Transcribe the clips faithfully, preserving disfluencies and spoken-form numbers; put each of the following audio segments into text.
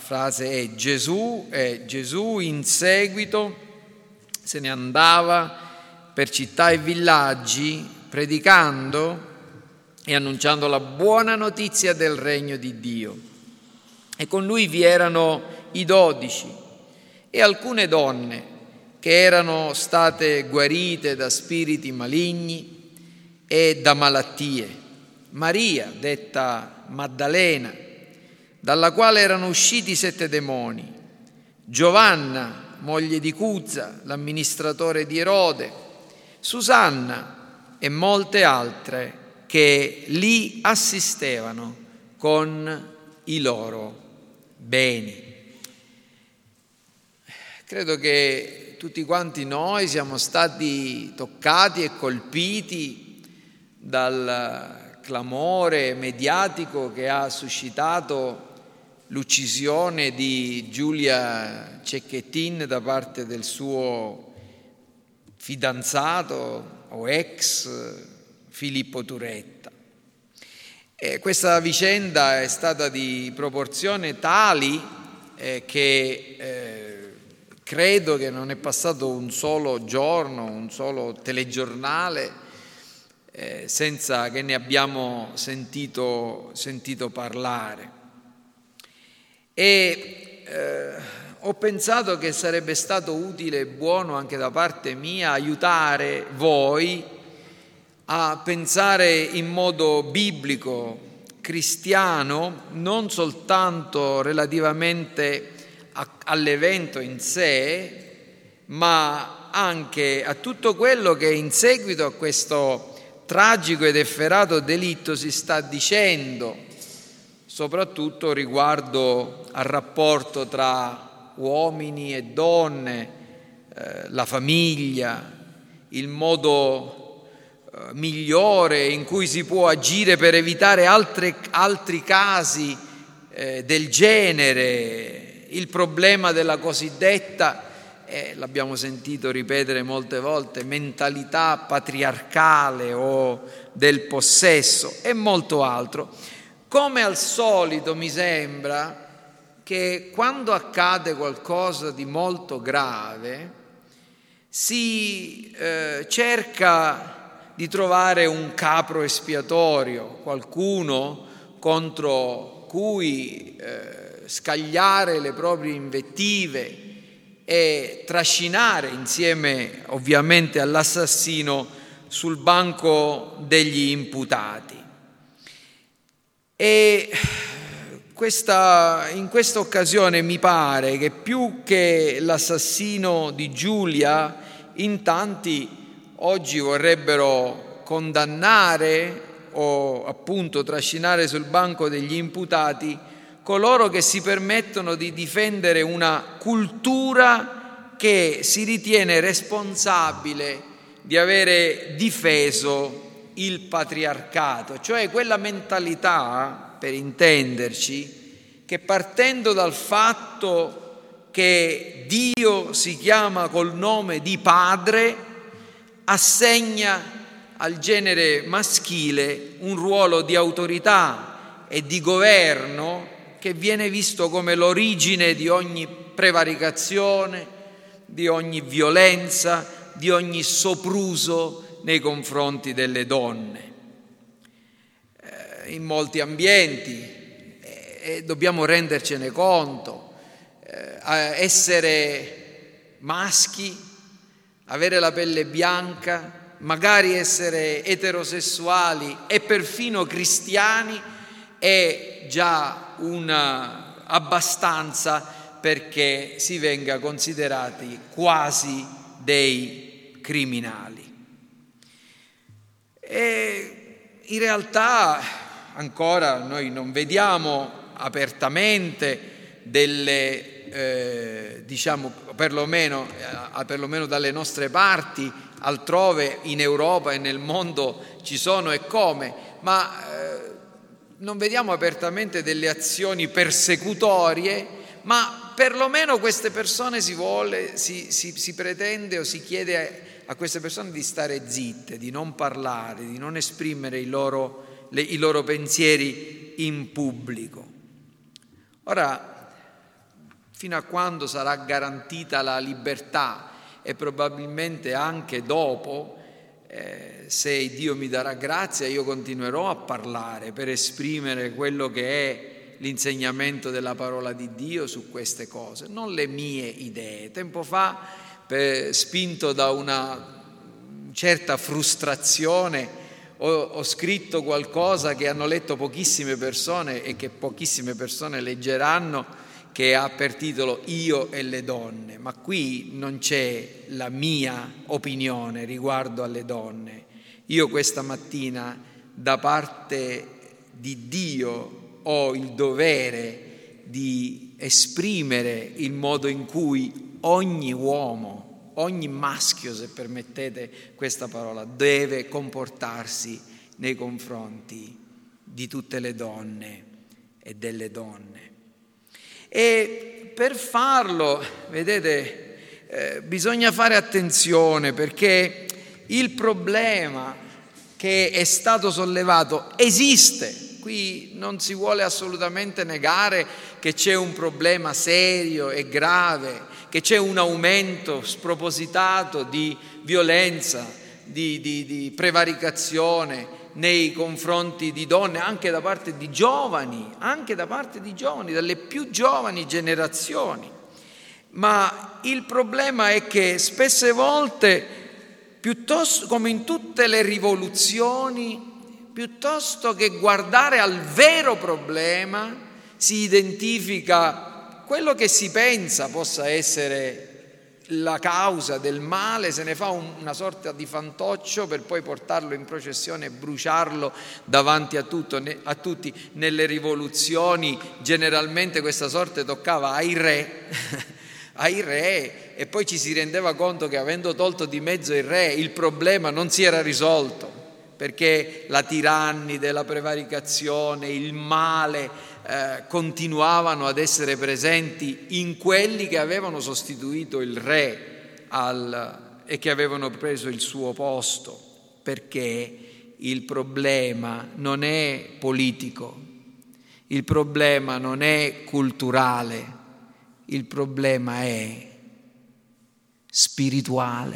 frase è Gesù, e Gesù in seguito se ne andava per città e villaggi predicando e annunciando la buona notizia del regno di Dio. E con lui vi erano i dodici e alcune donne che erano state guarite da spiriti maligni e da malattie. Maria, detta Maddalena, dalla quale erano usciti sette demoni, Giovanna, moglie di Cuzza, l'amministratore di Erode, Susanna e molte altre che lì assistevano con i loro beni. Credo che tutti quanti noi siamo stati toccati e colpiti dal clamore mediatico che ha suscitato l'uccisione di Giulia Cecchettin da parte del suo fidanzato o ex Filippo Turetta. E questa vicenda è stata di proporzioni tali eh, che eh, credo che non è passato un solo giorno, un solo telegiornale eh, senza che ne abbiamo sentito, sentito parlare. E eh, ho pensato che sarebbe stato utile e buono anche da parte mia aiutare voi a pensare in modo biblico, cristiano, non soltanto relativamente a, all'evento in sé, ma anche a tutto quello che in seguito a questo tragico ed efferato delitto si sta dicendo, soprattutto riguardo al rapporto tra uomini e donne, eh, la famiglia, il modo migliore in cui si può agire per evitare altre, altri casi eh, del genere, il problema della cosiddetta, eh, l'abbiamo sentito ripetere molte volte, mentalità patriarcale o del possesso e molto altro. Come al solito mi sembra che quando accade qualcosa di molto grave si eh, cerca di trovare un capro espiatorio, qualcuno contro cui eh, scagliare le proprie invettive e trascinare insieme ovviamente all'assassino sul banco degli imputati. E questa, in questa occasione mi pare che più che l'assassino di Giulia, in tanti oggi vorrebbero condannare o appunto trascinare sul banco degli imputati coloro che si permettono di difendere una cultura che si ritiene responsabile di avere difeso il patriarcato, cioè quella mentalità, per intenderci, che partendo dal fatto che Dio si chiama col nome di Padre, assegna al genere maschile un ruolo di autorità e di governo che viene visto come l'origine di ogni prevaricazione, di ogni violenza, di ogni sopruso nei confronti delle donne. Eh, in molti ambienti, eh, e dobbiamo rendercene conto, eh, essere maschi, avere la pelle bianca, magari essere eterosessuali e perfino cristiani è già una abbastanza perché si venga considerati quasi dei criminali. E in realtà ancora noi non vediamo apertamente delle Eh, diciamo perlomeno, eh, perlomeno dalle nostre parti, altrove in Europa e nel mondo ci sono e come, ma eh, non vediamo apertamente delle azioni persecutorie, ma perlomeno queste persone si vuole, si, si, si pretende o si chiede a queste persone di stare zitte, di non parlare, di non esprimere i loro, le, i loro pensieri in pubblico. Ora, fino a quando sarà garantita la libertà e probabilmente anche dopo, eh, se Dio mi darà grazia, io continuerò a parlare per esprimere quello che è l'insegnamento della parola di Dio su queste cose, non le mie idee. Tempo fa, per, spinto da una certa frustrazione, ho, ho scritto qualcosa che hanno letto pochissime persone e che pochissime persone leggeranno, che ha per titolo Io e le donne, ma qui non c'è la mia opinione riguardo alle donne. Io questa mattina da parte di Dio ho il dovere di esprimere il modo in cui ogni uomo, ogni maschio, se permettete questa parola, deve comportarsi nei confronti di tutte le donne e delle donne. E per farlo, vedete, eh, bisogna fare attenzione, perché il problema che è stato sollevato esiste. Qui non si vuole assolutamente negare che c'è un problema serio e grave, che c'è un aumento spropositato di violenza, di, di, di prevaricazione nei confronti di donne, anche da parte di giovani, anche da parte di giovani, dalle più giovani generazioni. Ma il problema è che spesse volte, piuttosto come in tutte le rivoluzioni, piuttosto che guardare al vero problema, si identifica quello che si pensa possa essere la causa del male, se ne fa un, una sorta di fantoccio per poi portarlo in processione e bruciarlo davanti a, tutto, ne, a tutti. Nelle rivoluzioni generalmente questa sorte toccava ai re, ai re, e poi ci si rendeva conto che avendo tolto di mezzo il re il problema non si era risolto, perché la tirannide, la prevaricazione, il male Eh, continuavano ad essere presenti in quelli che avevano sostituito il re al, e che avevano preso il suo posto, perché il problema non è politico, il problema non è culturale, il problema è spirituale.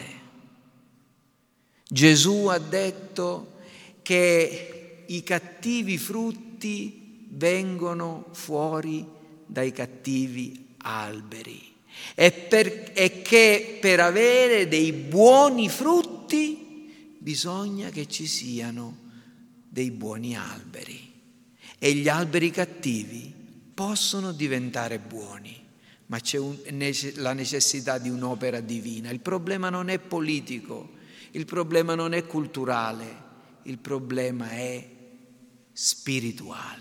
Gesù ha detto che i cattivi frutti vengono fuori dai cattivi alberi e, per, e che per avere dei buoni frutti bisogna che ci siano dei buoni alberi, e gli alberi cattivi possono diventare buoni, ma c'è un, la necessità di un'opera divina. Il problema non è politico, il problema non è culturale, il problema è spirituale.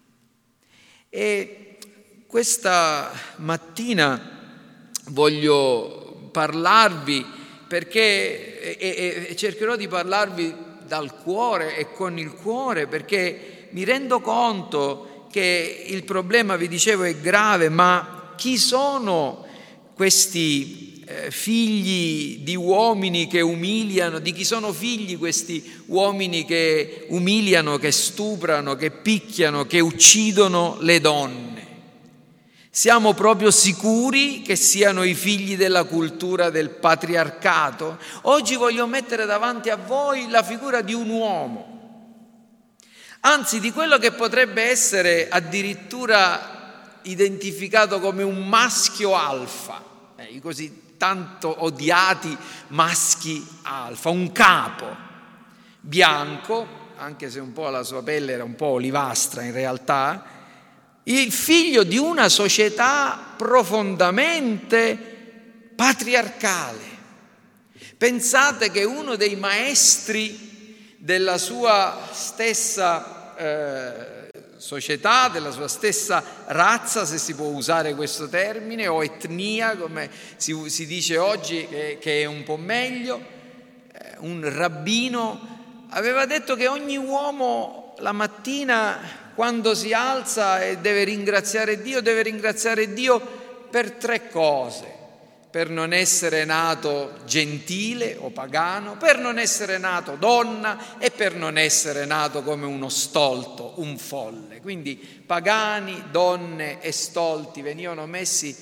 E questa mattina voglio parlarvi, perché e, e cercherò di parlarvi dal cuore e con il cuore, perché mi rendo conto che il problema, vi dicevo, è grave, ma chi sono questi eh, figli di uomini che umiliano? Di chi sono figli questi uomini che umiliano, che stuprano, che picchiano, che uccidono le donne? Siamo proprio sicuri che siano i figli della cultura del patriarcato? Oggi voglio mettere davanti a voi la figura di un uomo, anzi di quello che potrebbe essere addirittura identificato come un maschio alfa, eh, i così tanto odiati maschi alfa, un capo bianco, anche se un po' la sua pelle era un po' olivastra in realtà, il figlio di una società profondamente patriarcale. Pensate che uno dei maestri della sua stessa eh, società, della sua stessa razza, se si può usare questo termine, o etnia, come si, si dice oggi, che, che è un po' meglio, eh, un rabbino, aveva detto che ogni uomo la mattina, quando si alza e deve ringraziare Dio, deve ringraziare Dio per tre cose: per non essere nato gentile o pagano, per non essere nato donna e per non essere nato come uno stolto, un folle. Quindi pagani, donne e stolti venivano messi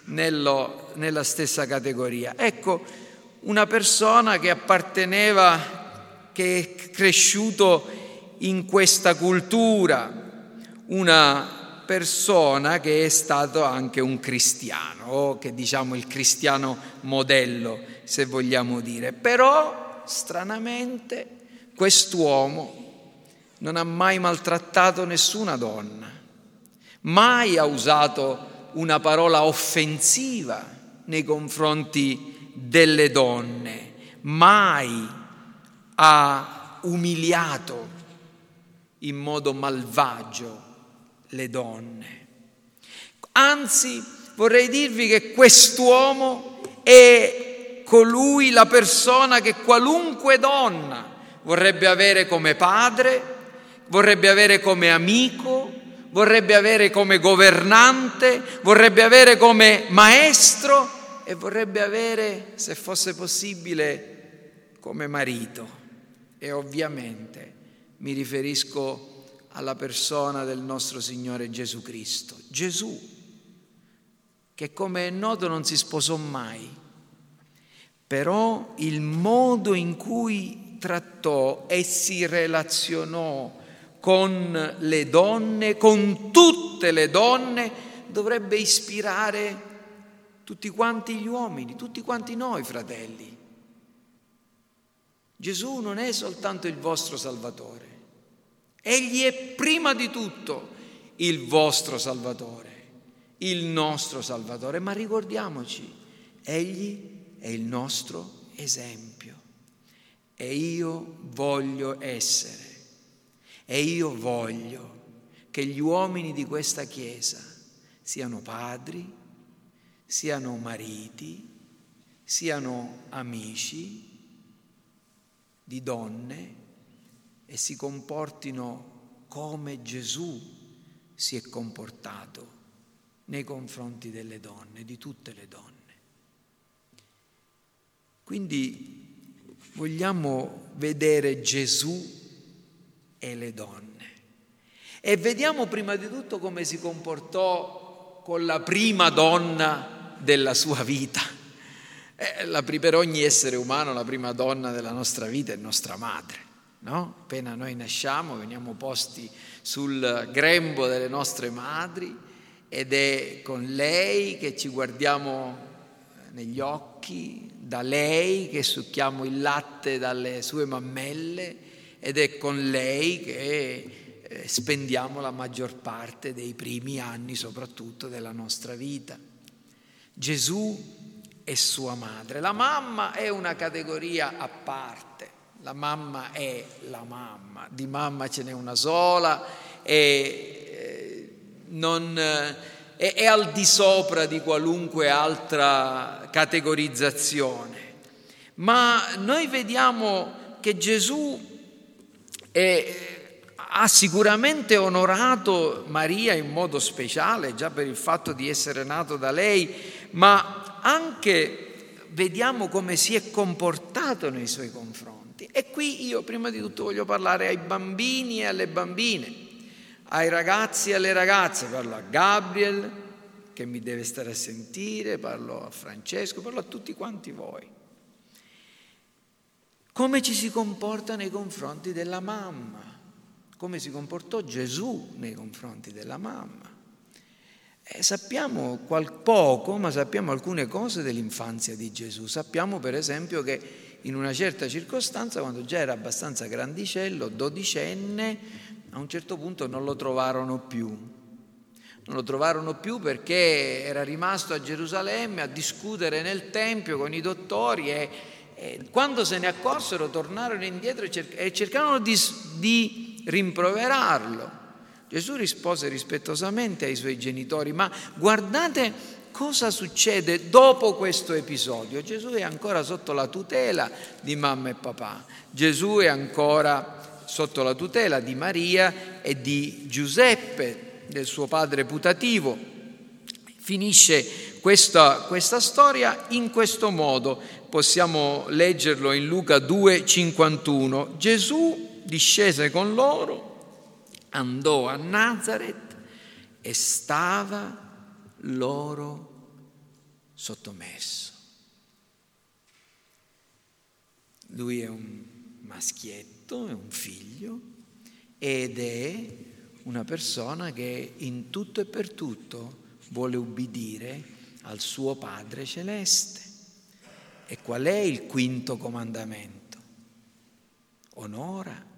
nello, nella stessa categoria. Ecco, una persona che apparteneva, che è cresciuto in questa cultura, una persona che è stato anche un cristiano, o che diciamo il cristiano modello, se vogliamo dire. Però, stranamente, quest'uomo non ha mai maltrattato nessuna donna, mai ha usato una parola offensiva nei confronti delle donne, mai ha umiliato in modo malvagio le donne. Anzi, vorrei dirvi che quest'uomo è colui, la persona che qualunque donna vorrebbe avere come padre, vorrebbe avere come amico, vorrebbe avere come governante, vorrebbe avere come maestro e vorrebbe avere, se fosse possibile, come marito. E ovviamente mi riferisco alla persona del nostro Signore Gesù Cristo. Gesù, che come è noto non si sposò mai, però il modo in cui trattò e si relazionò con le donne, con tutte le donne, dovrebbe ispirare tutti quanti gli uomini, tutti quanti noi, fratelli. Gesù non è soltanto il vostro Salvatore, Egli è prima di tutto il vostro Salvatore, il nostro Salvatore, ma ricordiamoci, Egli è il nostro esempio e io voglio essere. E io voglio che gli uomini di questa Chiesa siano padri, siano mariti, siano amici di donne e si comportino come Gesù si è comportato nei confronti delle donne, di tutte le donne. Quindi vogliamo vedere Gesù e le donne. E vediamo prima di tutto come si comportò con la prima donna della sua vita. Eh, la, per ogni essere umano la prima donna della nostra vita è nostra madre, no? Appena noi nasciamo veniamo posti sul grembo delle nostre madri ed è con lei che ci guardiamo negli occhi, da lei che succhiamo il latte dalle sue mammelle, ed è con lei che eh, spendiamo la maggior parte dei primi anni, soprattutto della nostra vita. Gesù e sua madre. La mamma è una categoria a parte. La mamma è la mamma. Di mamma ce n'è una sola e eh, non, eh, è, è al di sopra di qualunque altra categorizzazione. Ma noi vediamo che Gesù E ha sicuramente onorato Maria in modo speciale, già per il fatto di essere nato da lei, ma anche vediamo come si è comportato nei suoi confronti. E qui io prima di tutto voglio parlare ai bambini e alle bambine, ai ragazzi e alle ragazze. Parlo a Gabriel, che mi deve stare a sentire, parlo a Francesco, parlo a tutti quanti voi. Come ci si comporta nei confronti della mamma? Come si comportò Gesù nei confronti della mamma? E sappiamo qual poco, ma sappiamo alcune cose dell'infanzia di Gesù. Sappiamo per esempio che in una certa circostanza, quando già era abbastanza grandicello, dodicenne, a un certo punto non lo trovarono più. Non lo trovarono più perché era rimasto a Gerusalemme a discutere nel Tempio con i dottori e E quando se ne accorsero tornarono indietro e, cer- e cercarono di, di rimproverarlo. Gesù rispose rispettosamente ai suoi genitori, ma guardate cosa succede dopo questo episodio. Gesù è ancora sotto la tutela di mamma e papà. Gesù è ancora sotto la tutela di Maria e di Giuseppe, del suo padre putativo. Finisce questa, questa storia in questo modo. Possiamo leggerlo in Luca due cinquantuno. Gesù discese con loro, andò a Nazaret e stava loro sottomesso. Lui è un maschietto, è un figlio ed è una persona che in tutto e per tutto vuole ubbidire al suo Padre Celeste. E qual è il quinto comandamento? Onora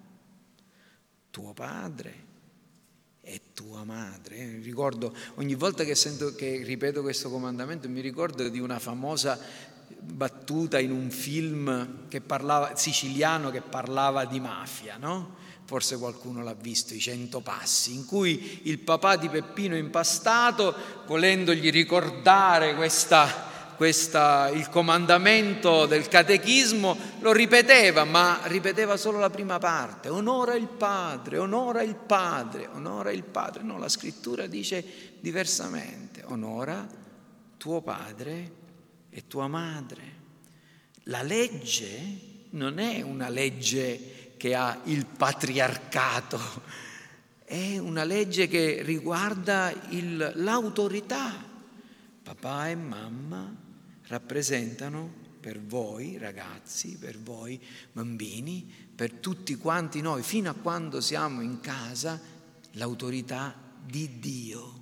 tuo padre e tua madre. Ricordo, ogni volta che sento che ripeto questo comandamento, mi ricordo di una famosa battuta in un film che parlava, siciliano, che parlava di mafia, no? Forse qualcuno l'ha visto, I Cento Passi, in cui il papà di Peppino Impastato, volendogli ricordare questa Questa, il comandamento del catechismo, lo ripeteva, ma ripeteva solo la prima parte: onora il padre, onora il padre, onora il padre. No, la scrittura dice diversamente: onora tuo padre e tua madre. La legge non è una legge che ha il patriarcato, è una legge che riguarda il, l'autorità. Papà e mamma rappresentano per voi ragazzi, per voi bambini, per tutti quanti noi, fino a quando siamo in casa, l'autorità di Dio.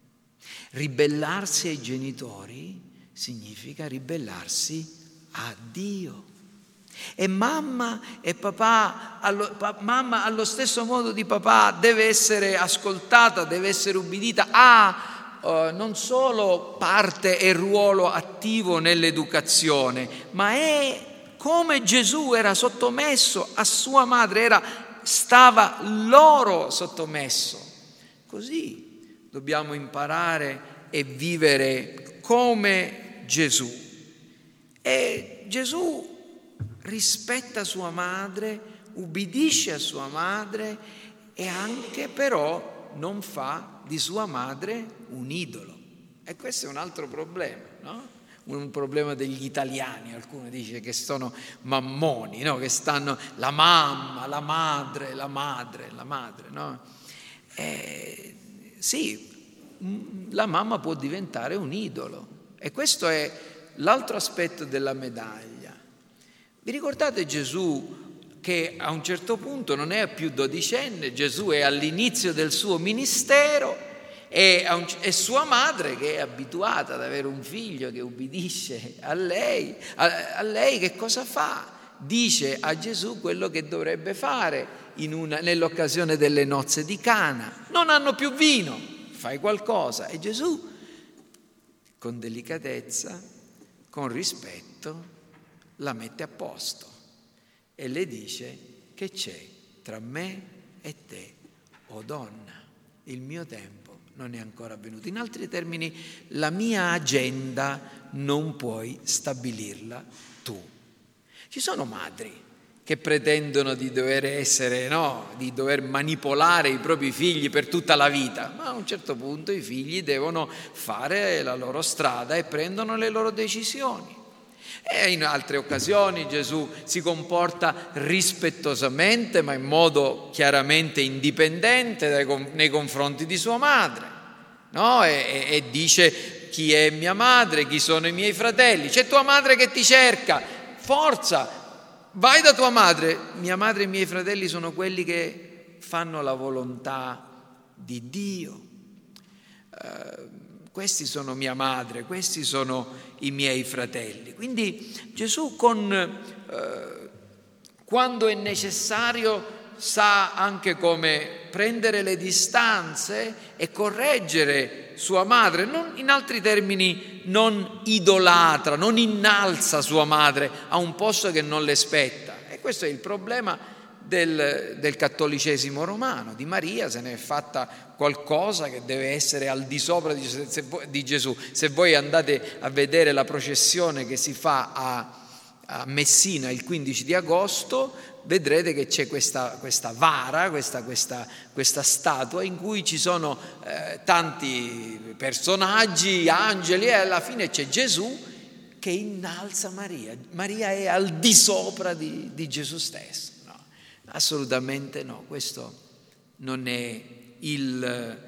Ribellarsi ai genitori significa ribellarsi a Dio. E mamma e papà, allo, pa, mamma allo stesso modo di papà deve essere ascoltata, deve essere ubbidita, ha Uh, non solo parte e ruolo attivo nell'educazione, ma è come Gesù era sottomesso a sua madre, era, stava loro sottomesso. Così dobbiamo imparare e vivere come Gesù. E Gesù rispetta sua madre, ubbidisce a sua madre e anche però non fa di sua madre un idolo. E questo è un altro problema, no? Un problema degli italiani. Alcuno dice che sono mammoni, no? Che stanno la mamma, la madre, la madre, la madre, no? Eh, sì, la mamma può diventare un idolo. E questo è l'altro aspetto della medaglia. Vi ricordate Gesù che a un certo punto non è più dodicenne, Gesù è all'inizio del suo ministero e, un, e sua madre, che è abituata ad avere un figlio che ubbidisce a lei, a, a lei che cosa fa? Dice a Gesù quello che dovrebbe fare in una, nell'occasione delle nozze di Cana: non hanno più vino, fai qualcosa. E Gesù, con delicatezza, con rispetto, la mette a posto e le dice: che c'è tra me e te, o donna? Il mio tempo non è ancora avvenuto. In altri termini, la mia agenda non puoi stabilirla tu. Ci sono madri che pretendono di dover essere, no, di dover manipolare i propri figli per tutta la vita, ma a un certo punto i figli devono fare la loro strada e prendono le loro decisioni. E in altre occasioni Gesù si comporta rispettosamente, ma in modo chiaramente indipendente dai, nei confronti di sua madre, no? E, e, e dice: chi è mia madre, chi sono i miei fratelli? C'è tua madre che ti cerca, forza, vai da tua madre. Mia madre e i miei fratelli sono quelli che fanno la volontà di Dio. Uh, Questi sono mia madre, questi sono i miei fratelli. Quindi Gesù, con, eh, quando è necessario, sa anche come prendere le distanze e correggere sua madre. Non, in altri termini, non idolatra, non innalza sua madre a un posto che non le spetta. E questo è il problema Del, del cattolicesimo romano. Di Maria se ne è fatta qualcosa che deve essere al di sopra di, se, di Gesù. Se voi andate a vedere la processione che si fa a, a Messina il quindici di agosto, vedrete che c'è questa, questa vara, questa, questa, questa statua in cui ci sono eh, tanti personaggi, angeli, e alla fine c'è Gesù che innalza Maria. Maria è al di sopra di, di Gesù stesso. Assolutamente no, questo non è il,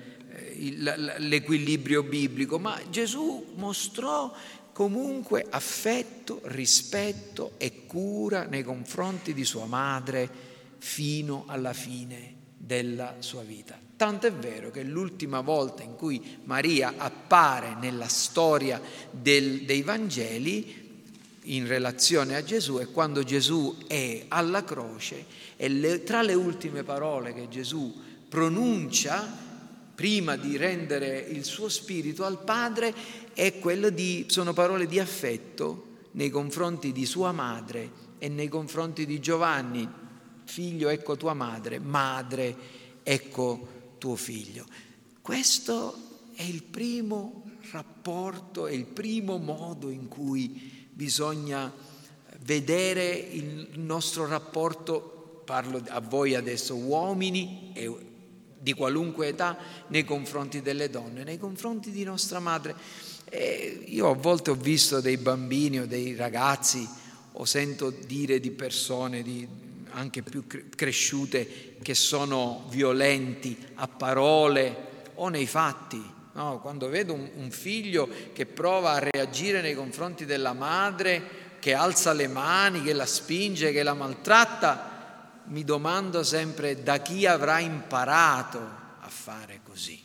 l'equilibrio biblico, ma Gesù mostrò comunque affetto, rispetto e cura nei confronti di sua madre fino alla fine della sua vita. Tanto è vero che l'ultima volta in cui Maria appare nella storia del, dei Vangeli in relazione a Gesù è quando Gesù è alla croce e le, tra le ultime parole che Gesù pronuncia prima di rendere il suo spirito al Padre è quello di, sono parole di affetto nei confronti di sua madre e nei confronti di Giovanni. Figlio, ecco tua madre, madre, ecco tuo figlio. Questo è il primo rapporto, è il primo modo in cui bisogna vedere il nostro rapporto, parlo a voi adesso uomini e di qualunque età, nei confronti delle donne, nei confronti di nostra madre. E io a volte ho visto dei bambini o dei ragazzi, o sento dire di persone di, anche più cresciute che sono violenti a parole o nei fatti. No, quando vedo un, un figlio che prova a reagire nei confronti della madre, che alza le mani, che la spinge, che la maltratta, mi domando sempre da chi avrà imparato a fare così.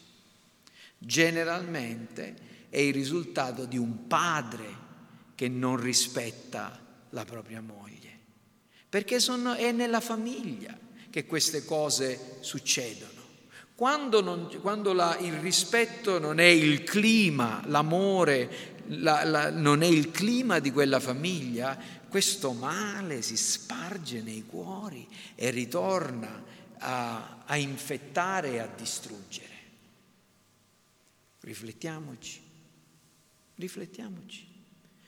Generalmente è il risultato di un padre che non rispetta la propria moglie, perché sono, è nella famiglia che queste cose succedono. Quando, non, quando la, il rispetto non è il clima, l'amore la, la, non è il clima di quella famiglia, questo male si sparge nei cuori e ritorna a, a infettare e a distruggere. Riflettiamoci, riflettiamoci.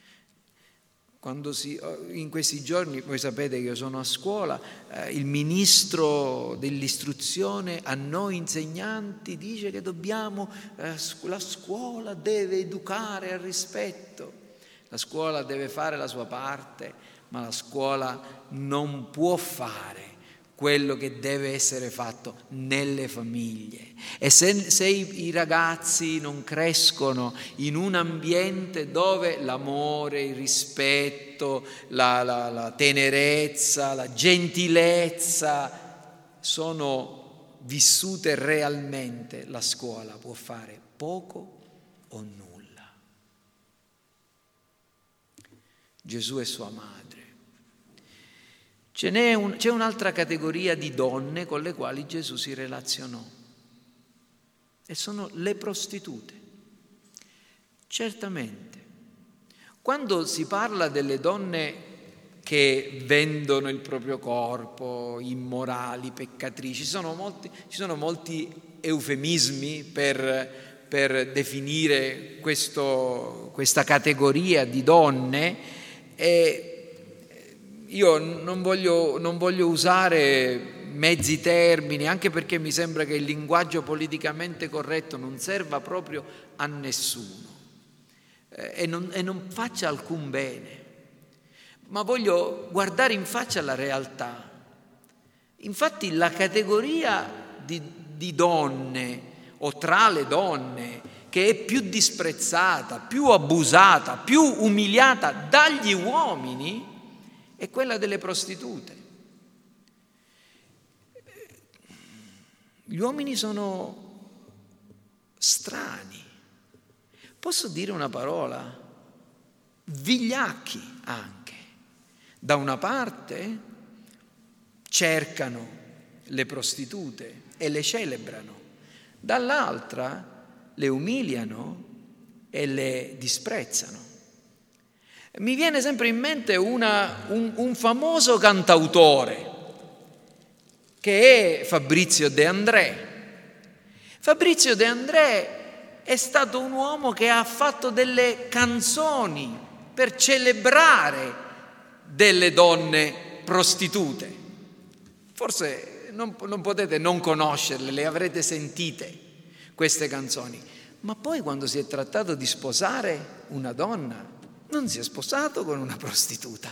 Quando si, in questi giorni, voi sapete che io sono a scuola, eh, il ministro dell'istruzione a noi insegnanti dice che dobbiamo, eh, la scuola deve educare al rispetto, la scuola deve fare la sua parte, ma la scuola non può fare quello che deve essere fatto nelle famiglie. E se, se i, i ragazzi non crescono in un ambiente dove l'amore, il rispetto, la, la, la tenerezza, la gentilezza sono vissute realmente, la scuola può fare poco o nulla. Gesù e sua madre. Ce n'è un, c'è un'altra categoria di donne con le quali Gesù si relazionò e sono le prostitute. Certamente, quando si parla delle donne che vendono il proprio corpo, immorali, peccatrici, ci sono molti, ci sono molti eufemismi per, per definire questo, questa categoria di donne. E io non voglio, non voglio usare mezzi termini, anche perché mi sembra che il linguaggio politicamente corretto non serva proprio a nessuno eh, e, non, e non faccia alcun bene, ma voglio guardare in faccia la realtà. Infatti la categoria di, di donne o tra le donne che è più disprezzata, più abusata, più umiliata dagli uomini è quella delle prostitute. Gli uomini sono strani. Posso dire una parola? Vigliacchi anche. Da una parte cercano le prostitute e le celebrano, dall'altra le umiliano e le disprezzano. Mi viene sempre in mente una, un, un famoso cantautore che è Fabrizio De André. Fabrizio De André è stato un uomo che ha fatto delle canzoni per celebrare delle donne prostitute. Forse non, non potete non conoscerle, le avrete sentite queste canzoni. Ma poi quando si è trattato di sposare una donna, non si è sposato con una prostituta.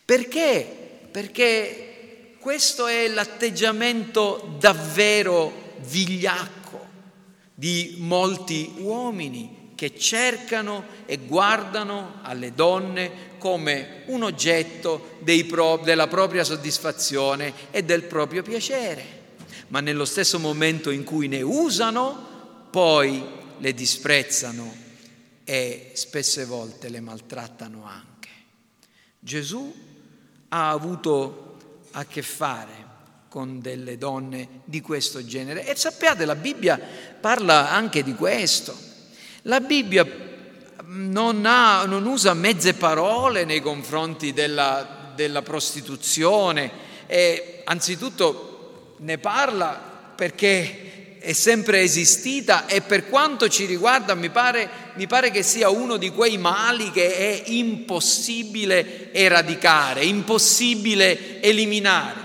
Perché? Perché questo è l'atteggiamento davvero vigliacco di molti uomini che cercano e guardano alle donne come un oggetto dei pro- della propria soddisfazione e del proprio piacere, ma nello stesso momento in cui ne usano, poi le disprezzano e spesse volte le maltrattano anche. Gesù ha avuto a che fare con delle donne di questo genere e sappiate, la Bibbia parla anche di questo. La Bibbia non, ha, non usa mezze parole nei confronti della, della prostituzione e anzitutto ne parla perché è sempre esistita e per quanto ci riguarda mi pare, mi pare che sia uno di quei mali che è impossibile eradicare, impossibile eliminare.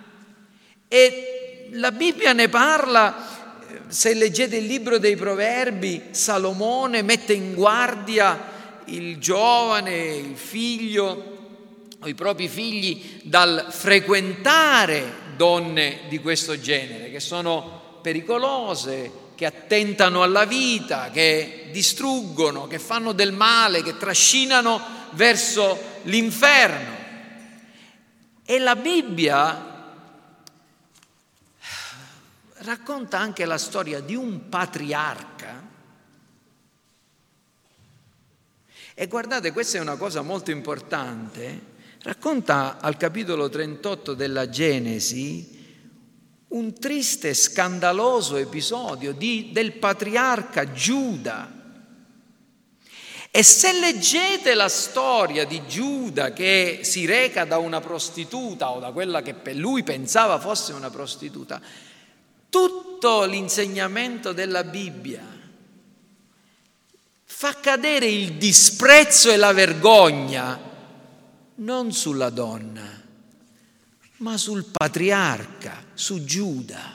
E la Bibbia ne parla, se leggete il libro dei Proverbi, Salomone mette in guardia il giovane, il figlio o i propri figli dal frequentare donne di questo genere, che sono pericolose, che attentano alla vita, che distruggono, che fanno del male, che trascinano verso l'inferno. E la Bibbia racconta anche la storia di un patriarca. E guardate, questa è una cosa molto importante. Racconta al capitolo trentotto della Genesi un triste, scandaloso episodio di, del patriarca Giuda. E se leggete la storia di Giuda che si reca da una prostituta o da quella che per lui pensava fosse una prostituta, tutto l'insegnamento della Bibbia fa cadere il disprezzo e la vergogna non sulla donna, ma sul patriarca, su Giuda.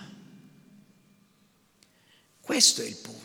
Questo è il punto.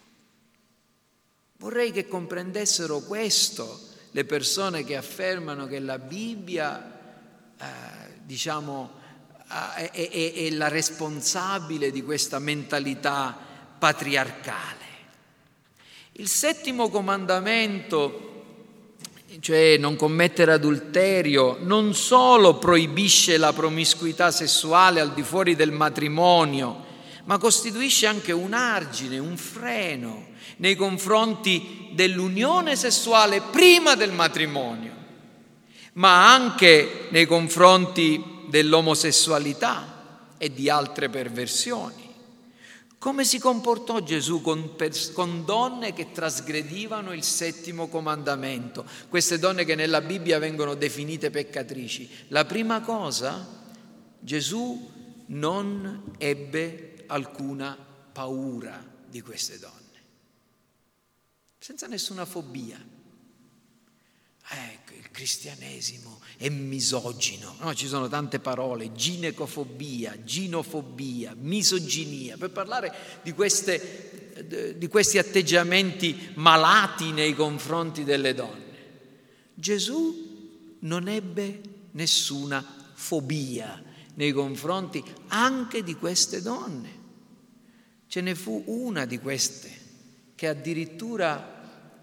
Vorrei che comprendessero questo le persone che affermano che la Bibbia, eh, diciamo, È, è, è la responsabile di questa mentalità patriarcale. Il settimo comandamento, cioè non commettere adulterio, non solo proibisce la promiscuità sessuale al di fuori del matrimonio, ma costituisce anche un argine, un freno nei confronti dell'unione sessuale prima del matrimonio, ma anche nei confronti dell'omosessualità e di altre perversioni. Come si comportò Gesù con, pers- con donne che trasgredivano il settimo comandamento, queste donne che nella Bibbia vengono definite peccatrici? La prima cosa, Gesù non ebbe alcuna paura di queste donne, senza nessuna fobia. Ecco, il cristianesimo è misogino, no, ci sono tante parole, ginecofobia, ginofobia, misoginia, per parlare di, queste, di questi atteggiamenti malati nei confronti delle donne. Gesù non ebbe nessuna fobia nei confronti anche di queste donne. Ce ne fu una di queste che addirittura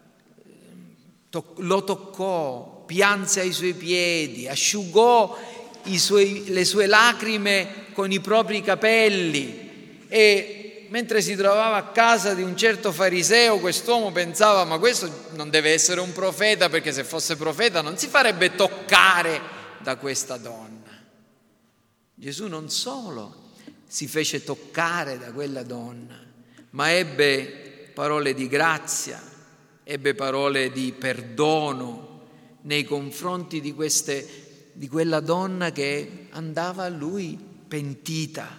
lo toccò, pianse ai suoi piedi, asciugò i suoi, le sue lacrime con i propri capelli e mentre si trovava a casa di un certo fariseo, quest'uomo pensava: ma questo non deve essere un profeta, perché se fosse profeta non si farebbe toccare da questa donna. Gesù non solo si fece toccare da quella donna, ma ebbe parole di grazia, ebbe parole di perdono nei confronti di, queste, di quella donna che andava a lui pentita.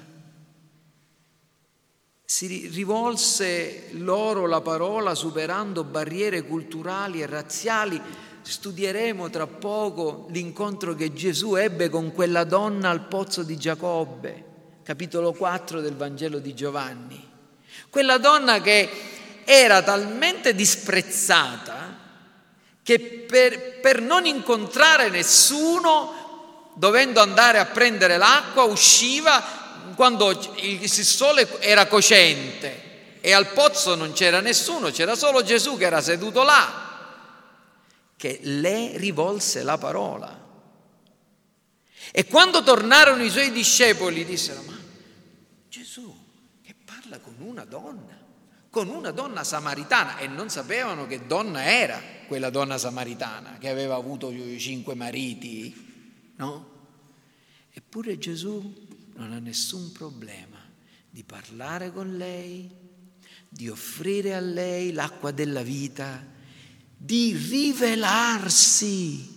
Si rivolse loro la parola superando barriere culturali e razziali. Studieremo tra poco l'incontro che Gesù ebbe con quella donna al pozzo di Giacobbe, capitolo quattro del Vangelo di Giovanni. Quella donna che era talmente disprezzata che per, per non incontrare nessuno, dovendo andare a prendere l'acqua, usciva quando il sole era cocente e al pozzo non c'era nessuno, c'era solo Gesù che era seduto là, che le rivolse la parola. E quando tornarono i suoi discepoli dissero: ma Gesù che parla con una donna, con una donna samaritana, e non sapevano che donna era quella donna samaritana che aveva avuto cinque mariti, no? Eppure Gesù non ha nessun problema di parlare con lei, di offrire a lei l'acqua della vita, di rivelarsi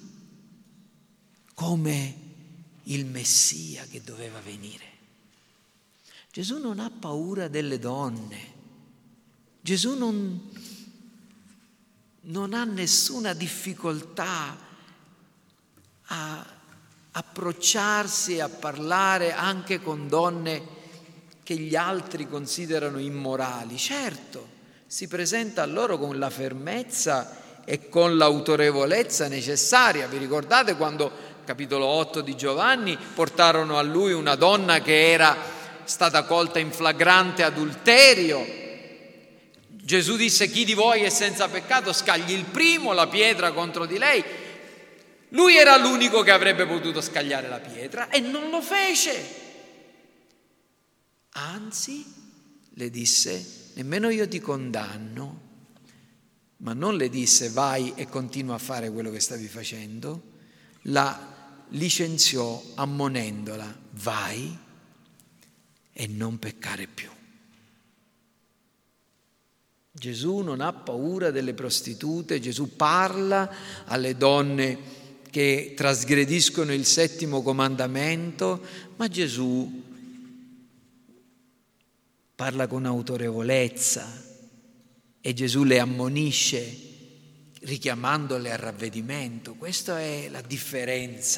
come il Messia che doveva venire. Gesù non ha paura delle donne. Gesù non, non ha nessuna difficoltà a approcciarsi e a parlare anche con donne che gli altri considerano immorali. Certo, si presenta a loro con la fermezza e con l'autorevolezza necessaria. Vi ricordate quando, capitolo otto di Giovanni, portarono a lui una donna che era stata colta in flagrante adulterio? Gesù disse: chi di voi è senza peccato scagli il primo la pietra contro di lei. Lui era l'unico che avrebbe potuto scagliare la pietra e non lo fece. Anzi, le disse: nemmeno io ti condanno, ma non le disse vai e continua a fare quello che stavi facendo. La licenziò ammonendola: vai e non peccare più. Gesù non ha paura delle prostitute. Gesù parla alle donne che trasgrediscono il settimo comandamento, ma Gesù parla con autorevolezza e Gesù le ammonisce richiamandole al ravvedimento. Questa è la differenza.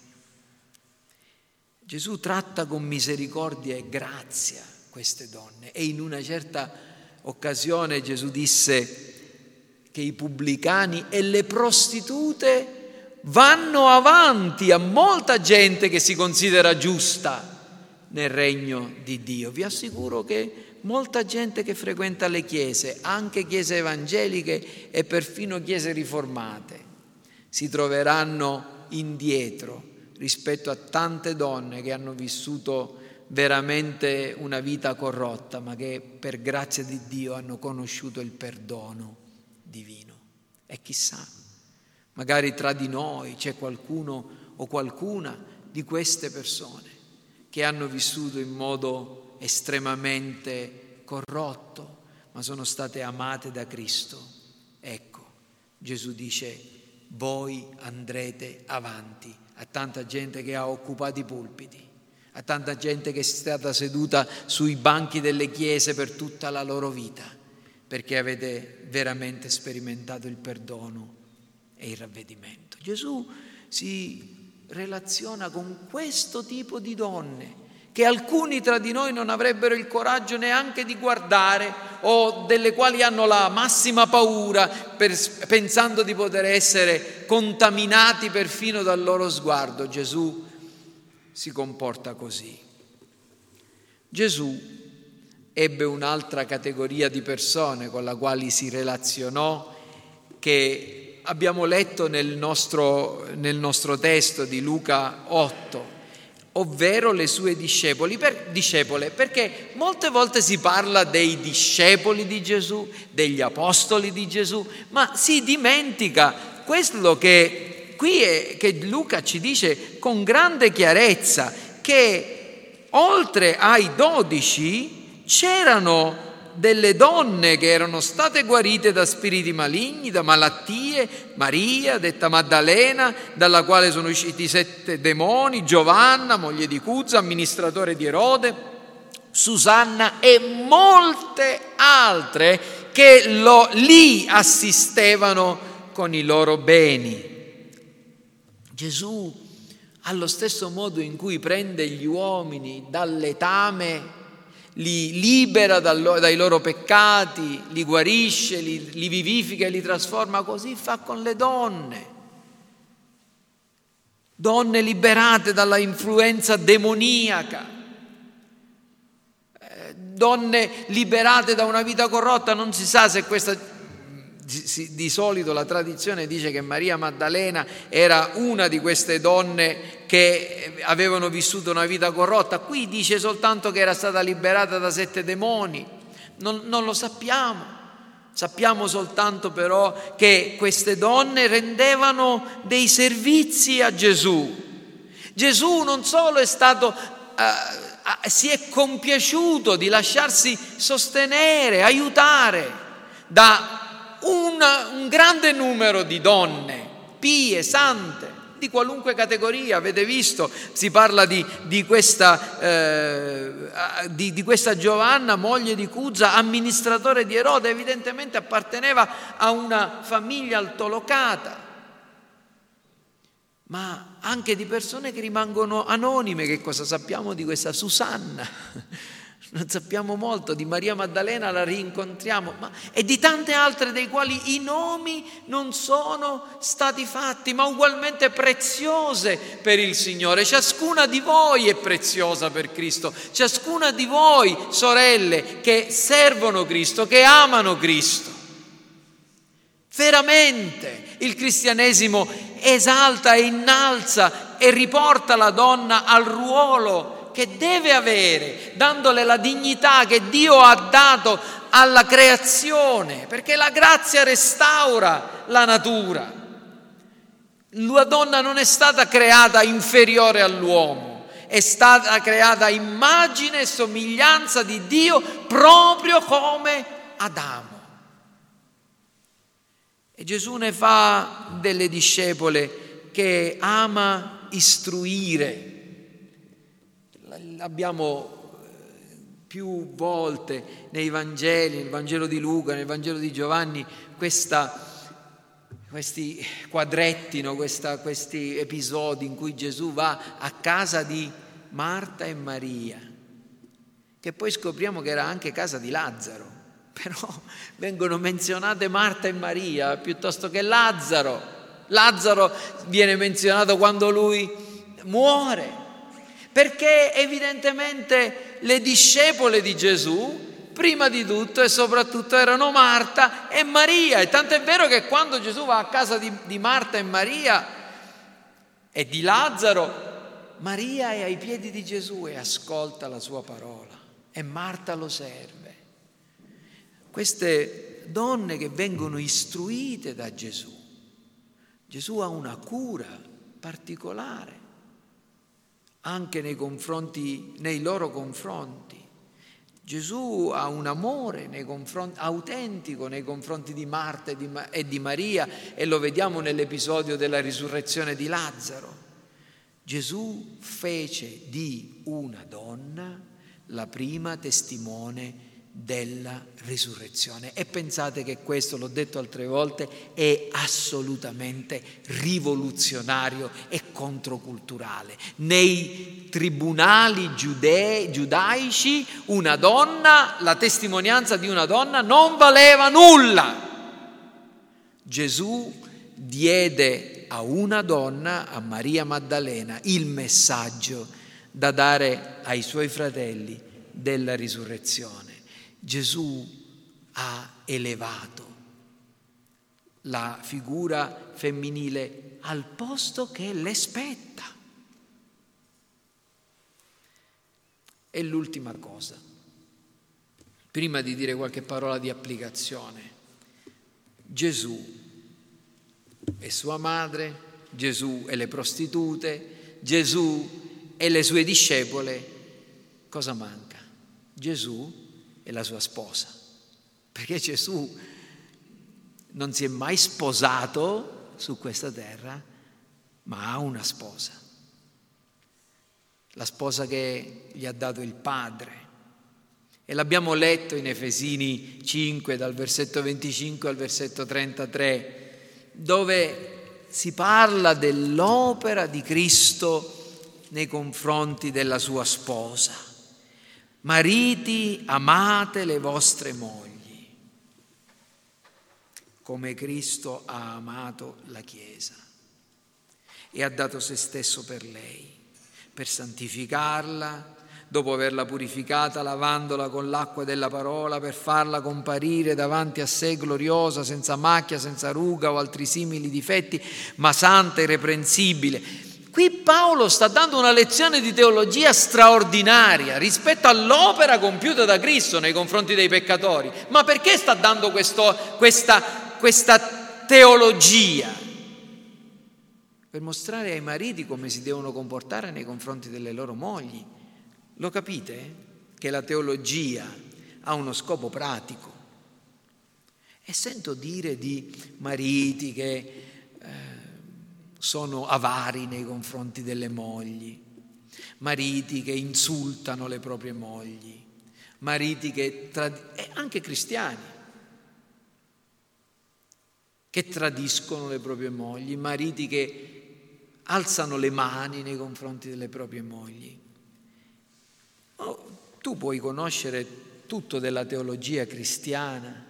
Gesù tratta con misericordia e grazia queste donne, e in una certa occasione Gesù disse che i pubblicani e le prostitute vanno avanti a molta gente che si considera giusta nel regno di Dio. Vi assicuro che molta gente che frequenta le chiese, anche chiese evangeliche e perfino chiese riformate, si troveranno indietro rispetto a tante donne che hanno vissuto veramente una vita corrotta, ma che per grazia di Dio hanno conosciuto il perdono divino. E chissà, magari tra di noi c'è qualcuno o qualcuna di queste persone che hanno vissuto in modo estremamente corrotto, ma sono state amate da Cristo. Ecco, Gesù dice: voi andrete avanti. A tanta gente che ha occupato i pulpiti, a tanta gente che è stata seduta sui banchi delle chiese per tutta la loro vita, perché avete veramente sperimentato il perdono e il ravvedimento. Gesù si relaziona con questo tipo di donne che alcuni tra di noi non avrebbero il coraggio neanche di guardare, o delle quali hanno la massima paura, per, pensando di poter essere contaminati perfino dal loro sguardo. Gesù si comporta così. Gesù ebbe un'altra categoria di persone con la quale si relazionò, che abbiamo letto nel nostro, nel nostro testo di Luca otto, ovvero le sue discepoli, per, discepole, perché molte volte si parla dei discepoli di Gesù, degli apostoli di Gesù, ma si dimentica quello che qui è, che Luca ci dice con grande chiarezza, che oltre ai dodici c'erano delle donne che erano state guarite da spiriti maligni, da malattie: Maria, detta Maddalena, dalla quale sono usciti sette demoni; Giovanna, moglie di Cuzza, amministratore di Erode; Susanna e molte altre che lo, lì assistevano con i loro beni. Gesù, allo stesso modo in cui prende gli uomini dal letame, li libera dai loro peccati, li guarisce, li, li vivifica e li trasforma, così fa con le donne. Donne liberate dalla influenza demoniaca, donne liberate da una vita corrotta. Non si sa se questa... Di solito la tradizione dice che Maria Maddalena era una di queste donne che avevano vissuto una vita corrotta. Qui dice soltanto che era stata liberata da sette demoni. Non, non lo sappiamo. Sappiamo soltanto però che queste donne rendevano dei servizi a Gesù. Gesù non solo è stato, uh, si è compiaciuto di lasciarsi sostenere, aiutare da Un, un grande numero di donne pie, sante, di qualunque categoria. Avete visto, si parla di, di, questa, eh, di, di questa Giovanna, moglie di Cuza, amministratore di Erode, evidentemente apparteneva a una famiglia altolocata, ma anche di persone che rimangono anonime. Che cosa sappiamo di questa Susanna? Non sappiamo molto. Di Maria Maddalena la rincontriamo, ma e di tante altre dei quali i nomi non sono stati fatti, ma ugualmente preziose per il Signore. Ciascuna di voi è preziosa per Cristo, ciascuna di voi, sorelle, che servono Cristo, che amano Cristo. Veramente il cristianesimo esalta e innalza e riporta la donna al ruolo che deve avere, dandole la dignità che Dio ha dato alla creazione, perché la grazia restaura la natura. La donna non è stata creata inferiore all'uomo, è stata creata a immagine e somiglianza di Dio, proprio come Adamo. E Gesù ne fa delle discepole che ama istruire. Abbiamo più volte nei Vangeli, nel Vangelo di Luca, nel Vangelo di Giovanni, questa, questi quadretti, no? questa, questi episodi in cui Gesù va a casa di Marta e Maria, che poi scopriamo che era anche casa di Lazzaro, però vengono menzionate Marta e Maria piuttosto che Lazzaro. Lazzaro viene menzionato quando lui muore, perché evidentemente le discepole di Gesù, prima di tutto e soprattutto, erano Marta e Maria. E tanto è vero che quando Gesù va a casa di, di Marta e Maria e di Lazzaro, Maria è ai piedi di Gesù e ascolta la sua parola e Marta lo serve. Queste donne che vengono istruite da Gesù. Gesù ha una cura particolare anche nei confronti, nei loro confronti. Gesù ha un amore nei confronti, autentico nei confronti di Marta e di, e di Maria, e lo vediamo nell'episodio della risurrezione di Lazzaro. Gesù fece di una donna la prima testimone della risurrezione, e pensate che questo, l'ho detto altre volte, è assolutamente rivoluzionario e controculturale. Nei tribunali giudei, giudaici una donna, la testimonianza di una donna non valeva nulla. Gesù diede a una donna, a Maria Maddalena, il messaggio da dare ai suoi fratelli della risurrezione. Gesù ha elevato la figura femminile al posto che le spetta. E l'ultima cosa, prima di dire qualche parola di applicazione: Gesù e sua madre, Gesù e le prostitute, Gesù e le sue discepole, cosa manca? Gesù e la sua sposa, perché Gesù non si è mai sposato su questa terra, ma ha una sposa, la sposa che gli ha dato il Padre. E l'abbiamo letto in Efesini cinque, dal versetto venticinque al versetto trentatré, dove si parla dell'opera di Cristo nei confronti della sua sposa. Mariti, amate le vostre mogli, come Cristo ha amato la Chiesa e ha dato se stesso per lei, per santificarla, dopo averla purificata, lavandola con l'acqua della parola per farla comparire davanti a sé gloriosa, senza macchia, senza ruga o altri simili difetti, ma santa e irreprensibile. Qui Paolo sta dando una lezione di teologia straordinaria rispetto all'opera compiuta da Cristo nei confronti dei peccatori. Ma perché sta dando questo, questa, questa teologia? Per mostrare ai mariti come si devono comportare nei confronti delle loro mogli. Lo capite? Che la teologia ha uno scopo pratico. E sento dire di mariti che sono avari nei confronti delle mogli, mariti che insultano le proprie mogli, mariti che trad- e anche cristiani che tradiscono le proprie mogli, mariti che alzano le mani nei confronti delle proprie mogli. Oh, tu puoi conoscere tutto della teologia cristiana,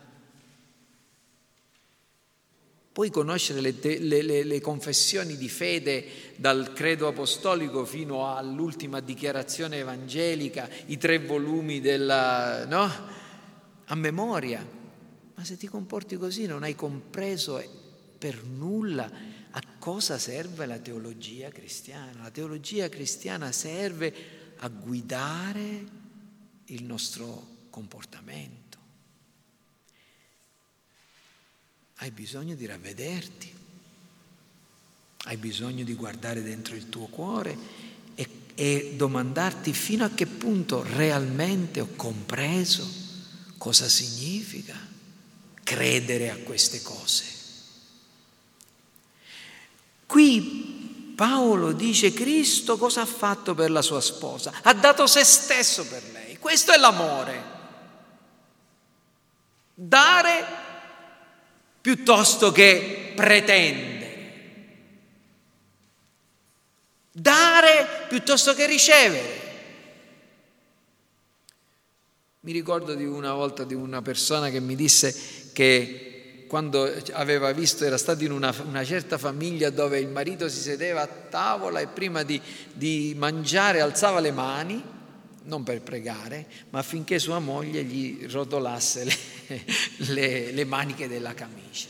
puoi conoscere le, te, le, le, le confessioni di fede dal credo apostolico fino all'ultima dichiarazione evangelica, i tre volumi della, no? A memoria. Ma se ti comporti così non hai compreso per nulla a cosa serve la teologia cristiana. La teologia cristiana serve a guidare il nostro comportamento. Hai bisogno di ravvederti, hai bisogno di guardare dentro il tuo cuore e, e domandarti fino a che punto realmente ho compreso cosa significa credere a queste cose. Qui Paolo dice: Cristo cosa ha fatto per la sua sposa? Ha dato se stesso per lei. Questo è l'amore. Dare piuttosto che pretendere, dare piuttosto che ricevere. Mi ricordo di una volta di una persona che mi disse che quando aveva visto, era stato in una, una certa famiglia dove il marito si sedeva a tavola e prima di, di mangiare alzava le mani, non per pregare, ma affinché sua moglie gli rotolasse le, le, le maniche della camicia.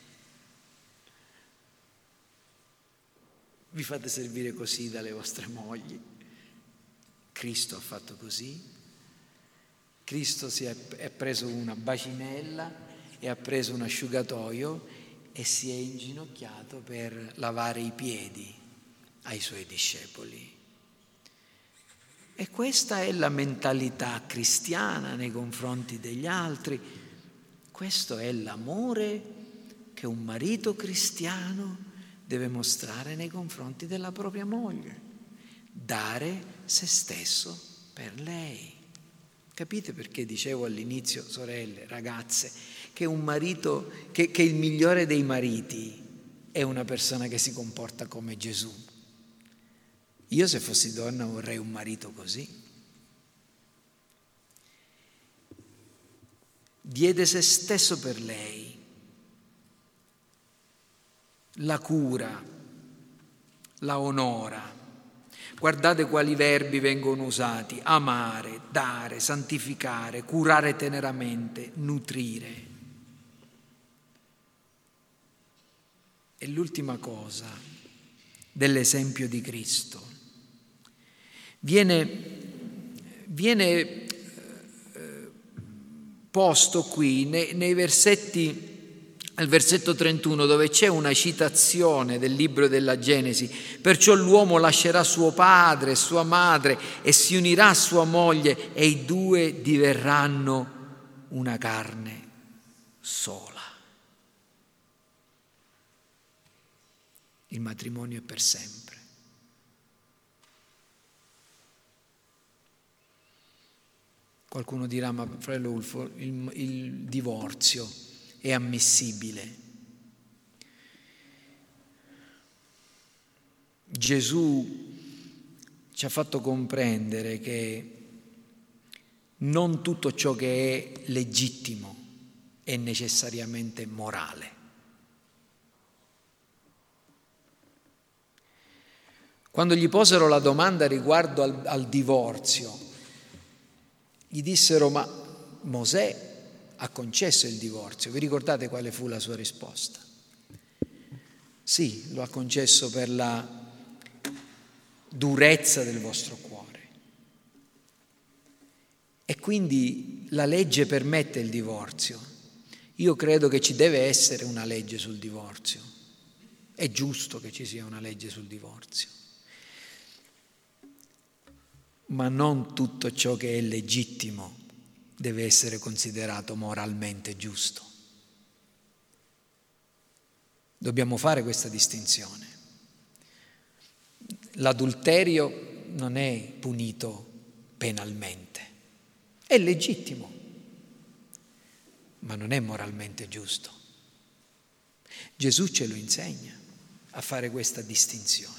Vi fate servire così dalle vostre mogli? Cristo ha fatto così? Cristo si è, è preso una bacinella e ha preso un asciugatoio e si è inginocchiato per lavare i piedi ai suoi discepoli. E questa è la mentalità cristiana nei confronti degli altri. Questo è l'amore che un marito cristiano deve mostrare nei confronti della propria moglie. Dare se stesso per lei. Capite perché dicevo all'inizio, sorelle, ragazze, che un marito, che, che il migliore dei mariti è una persona che si comporta come Gesù? Io se fossi donna vorrei un marito così. Diede se stesso per lei, la cura, la onora. Guardate quali verbi vengono usati: amare, dare, santificare, curare teneramente, nutrire. E l'ultima cosa dell'esempio di Cristo. Viene, viene eh, posto qui nei, nei versetti, al versetto trentuno, dove c'è una citazione del libro della Genesi: perciò l'uomo lascerà suo padre e sua madre e si unirà a sua moglie e i due diverranno una carne sola. Il matrimonio è per sempre. Qualcuno dirà: ma fratello Ulfo, il, il divorzio è ammissibile? Gesù ci ha fatto comprendere che non tutto ciò che è legittimo è necessariamente morale. Quando gli posero la domanda riguardo al, al divorzio, Gli dissero: ma Mosè ha concesso il divorzio. Vi ricordate quale fu la sua risposta? Sì, lo ha concesso per la durezza del vostro cuore. E quindi la legge permette il divorzio. Io credo che ci deve essere una legge sul divorzio. È giusto che ci sia una legge sul divorzio. Ma non tutto ciò che è legittimo deve essere considerato moralmente giusto. Dobbiamo fare questa distinzione. L'adulterio non è punito penalmente, è legittimo, ma non è moralmente giusto. Gesù ce lo insegna a fare questa distinzione.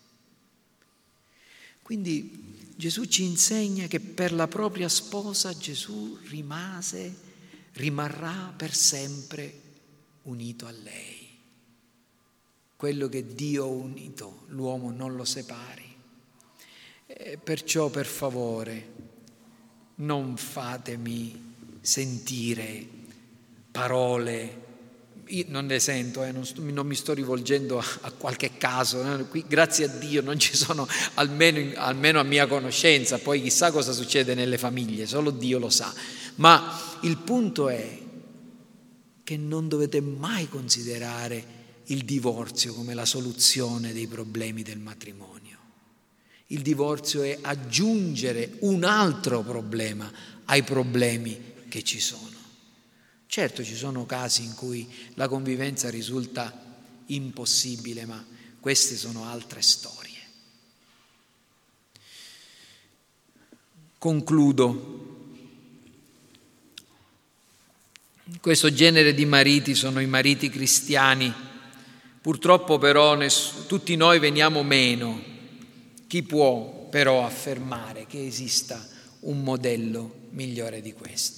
Quindi Gesù ci insegna che per la propria sposa Gesù rimase, rimarrà per sempre unito a lei. Quello che Dio ha unito, l'uomo non lo separi. E perciò, per favore, non fatemi sentire parole. Io non le sento, eh, non, sto, non mi sto rivolgendo a, a qualche caso, eh. Qui, grazie a Dio non ci sono, almeno, almeno a mia conoscenza, poi chissà cosa succede nelle famiglie, solo Dio lo sa. Ma il punto è che non dovete mai considerare il divorzio come la soluzione dei problemi del matrimonio. Il divorzio è aggiungere un altro problema ai problemi che ci sono. Certo, ci sono casi in cui la convivenza risulta impossibile, ma queste sono altre storie. Concludo. Questo genere di mariti sono i mariti cristiani. Purtroppo però ness- tutti noi veniamo meno. Chi può però affermare che esista un modello migliore di questo?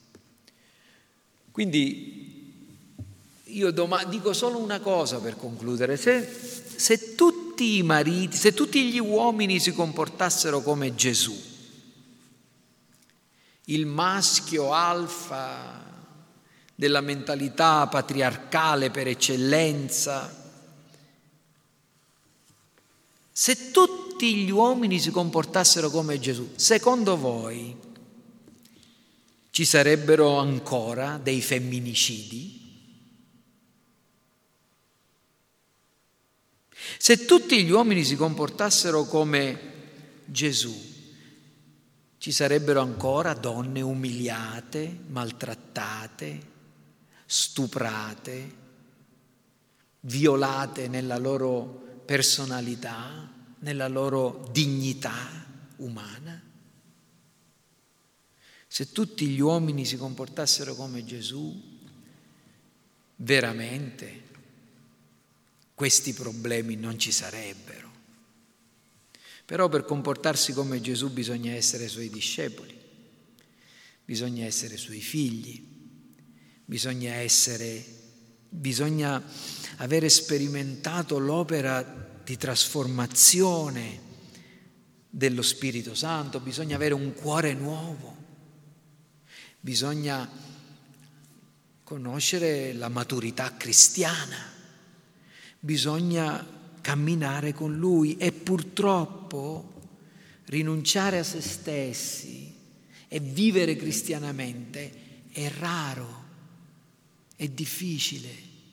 Quindi io doma- dico solo una cosa per concludere: se, se tutti i mariti, se tutti gli uomini si comportassero come Gesù, il maschio alfa della mentalità patriarcale per eccellenza, se tutti gli uomini si comportassero come Gesù, secondo voi ci sarebbero ancora dei femminicidi? Se tutti gli uomini si comportassero come Gesù, ci sarebbero ancora donne umiliate, maltrattate, stuprate, violate nella loro personalità, nella loro dignità umana? Se tutti gli uomini si comportassero come Gesù, veramente questi problemi non ci sarebbero. Però per comportarsi come Gesù bisogna essere suoi discepoli, bisogna essere suoi figli, bisogna essere, bisogna avere sperimentato l'opera di trasformazione dello Spirito Santo, bisogna avere un cuore nuovo. Bisogna conoscere la maturità cristiana, bisogna camminare con Lui e purtroppo rinunciare a se stessi e vivere cristianamente è raro, è difficile.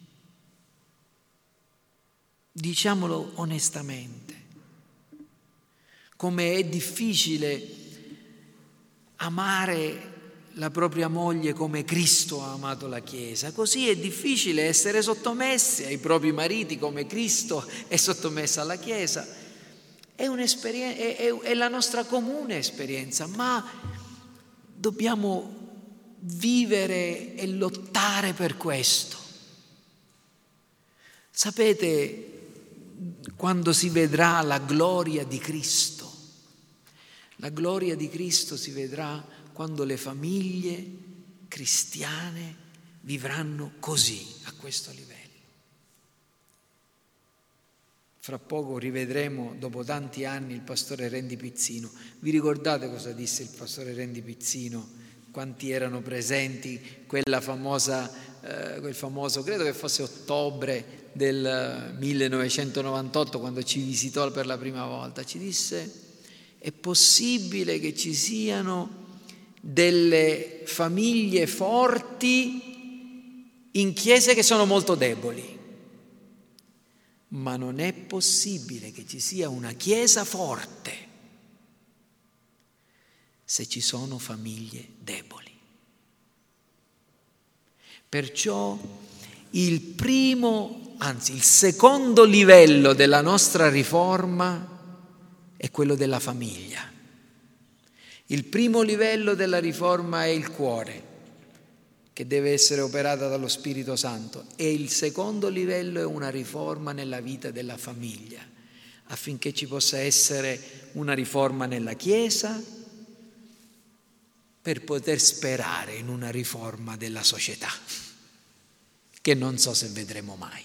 Diciamolo onestamente, come è difficile amare la propria moglie come Cristo ha amato la Chiesa, così è difficile essere sottomessi ai propri mariti come Cristo è sottomesso alla Chiesa. È, un'esperienza, è, è, è la nostra comune esperienza, ma dobbiamo vivere e lottare per questo. Sapete, quando si vedrà la gloria di Cristo, la gloria di Cristo si vedrà quando le famiglie cristiane vivranno così, a questo livello. Fra poco rivedremo, dopo tanti anni, il pastore Randy Pizzino. Vi ricordate cosa disse il pastore Randy Pizzino? Quanti erano presenti quella famosa, eh, quel famoso, credo che fosse ottobre del millenovecentonovantotto, quando ci visitò per la prima volta. Ci disse: è possibile che ci siano delle famiglie forti in chiese che sono molto deboli, ma non è possibile che ci sia una chiesa forte se ci sono famiglie deboli. Perciò il primo, anzi il secondo livello della nostra riforma è quello della famiglia. Il primo livello della riforma è il cuore, che deve essere operata dallo Spirito Santo, e il secondo livello è una riforma nella vita della famiglia, affinché ci possa essere una riforma nella Chiesa, per poter sperare in una riforma della società, che non so se vedremo mai.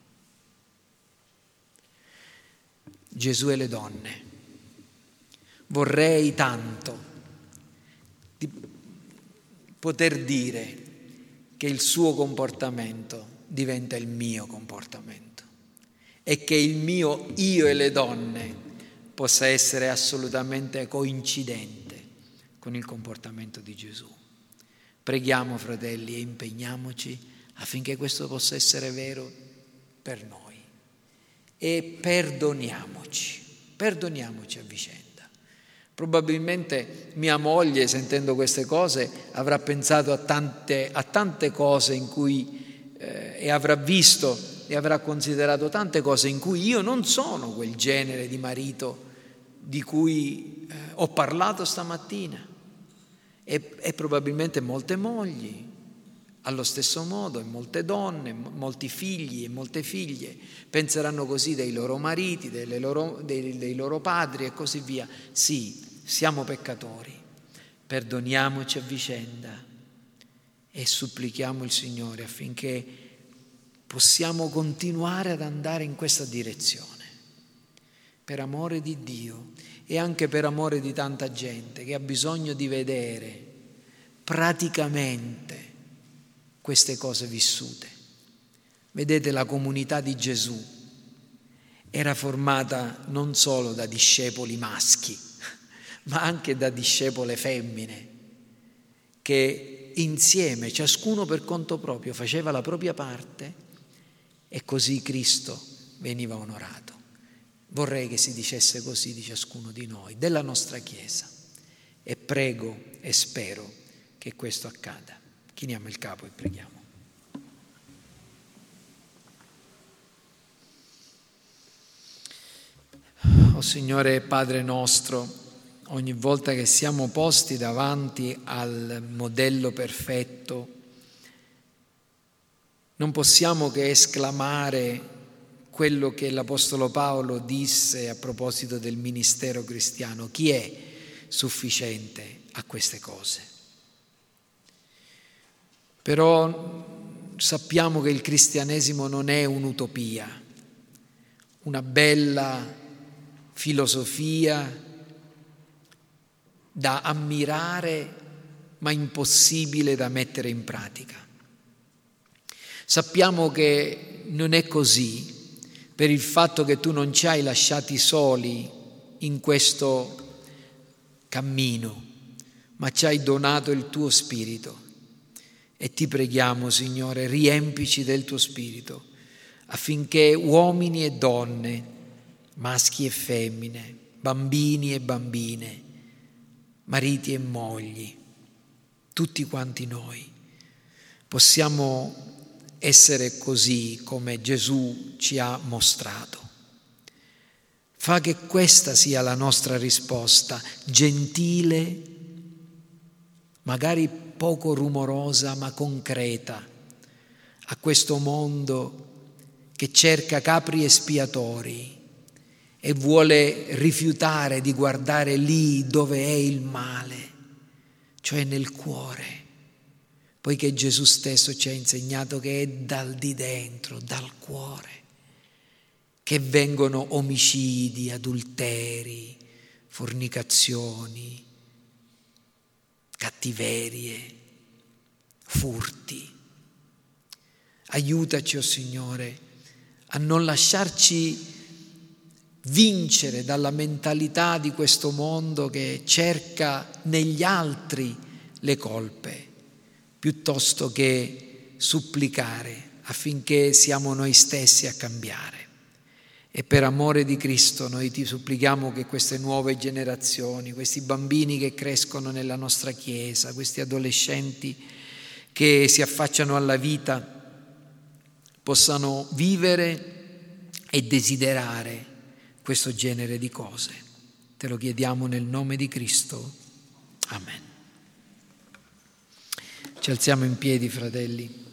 Gesù e le donne. Vorrei tanto di poter dire che il suo comportamento diventa il mio comportamento e che il mio io e le donne possa essere assolutamente coincidente con il comportamento di Gesù. Preghiamo, fratelli, e impegniamoci affinché questo possa essere vero per noi, e perdoniamoci, perdoniamoci a vicenda. Probabilmente mia moglie, sentendo queste cose, avrà pensato a tante, a tante cose in cui eh, e avrà visto e avrà considerato tante cose in cui io non sono quel genere di marito di cui eh, ho parlato stamattina, e, e probabilmente molte mogli allo stesso modo, e molte donne, molti figli e molte figlie penseranno così dei loro mariti, delle loro, dei, dei loro padri e così via. Sì, siamo peccatori, perdoniamoci a vicenda e supplichiamo il Signore affinché possiamo continuare ad andare in questa direzione, per amore di Dio e anche per amore di tanta gente che ha bisogno di vedere praticamente queste cose vissute. Vedete, la comunità di Gesù era formata non solo da discepoli maschi, ma anche da discepole femmine, che insieme, ciascuno per conto proprio, faceva la propria parte, e così Cristo veniva onorato. Vorrei che si dicesse così di ciascuno di noi, della nostra Chiesa, e prego e spero che questo accada. Chiniamo il capo e preghiamo. O Signore Padre nostro, ogni volta che siamo posti davanti al modello perfetto, non possiamo che esclamare quello che l'Apostolo Paolo disse a proposito del ministero cristiano: chi è sufficiente a queste cose? Però sappiamo che il cristianesimo non è un'utopia, una bella filosofia da ammirare ma impossibile da mettere in pratica. Sappiamo che non è così per il fatto che tu non ci hai lasciati soli in questo cammino, ma ci hai donato il tuo Spirito. E ti preghiamo, Signore, riempici del tuo Spirito, affinché uomini e donne, maschi e femmine, bambini e bambine, mariti e mogli, tutti quanti noi, possiamo essere così come Gesù ci ha mostrato. Fa che questa sia la nostra risposta, gentile, magari poco rumorosa ma concreta, a questo mondo che cerca capri espiatori e vuole rifiutare di guardare lì dove è il male, cioè nel cuore, poiché Gesù stesso ci ha insegnato che è dal di dentro, dal cuore, che vengono omicidi, adulteri, fornicazioni, cattiverie, furti. Aiutaci, o Signore, a non lasciarci vincere dalla mentalità di questo mondo che cerca negli altri le colpe, piuttosto che supplicare affinché siamo noi stessi a cambiare. E per amore di Cristo noi ti supplichiamo che queste nuove generazioni, questi bambini che crescono nella nostra Chiesa, questi adolescenti che si affacciano alla vita, possano vivere e desiderare questo genere di cose. Te lo chiediamo nel nome di Cristo. Amen. Ci alziamo in piedi, fratelli.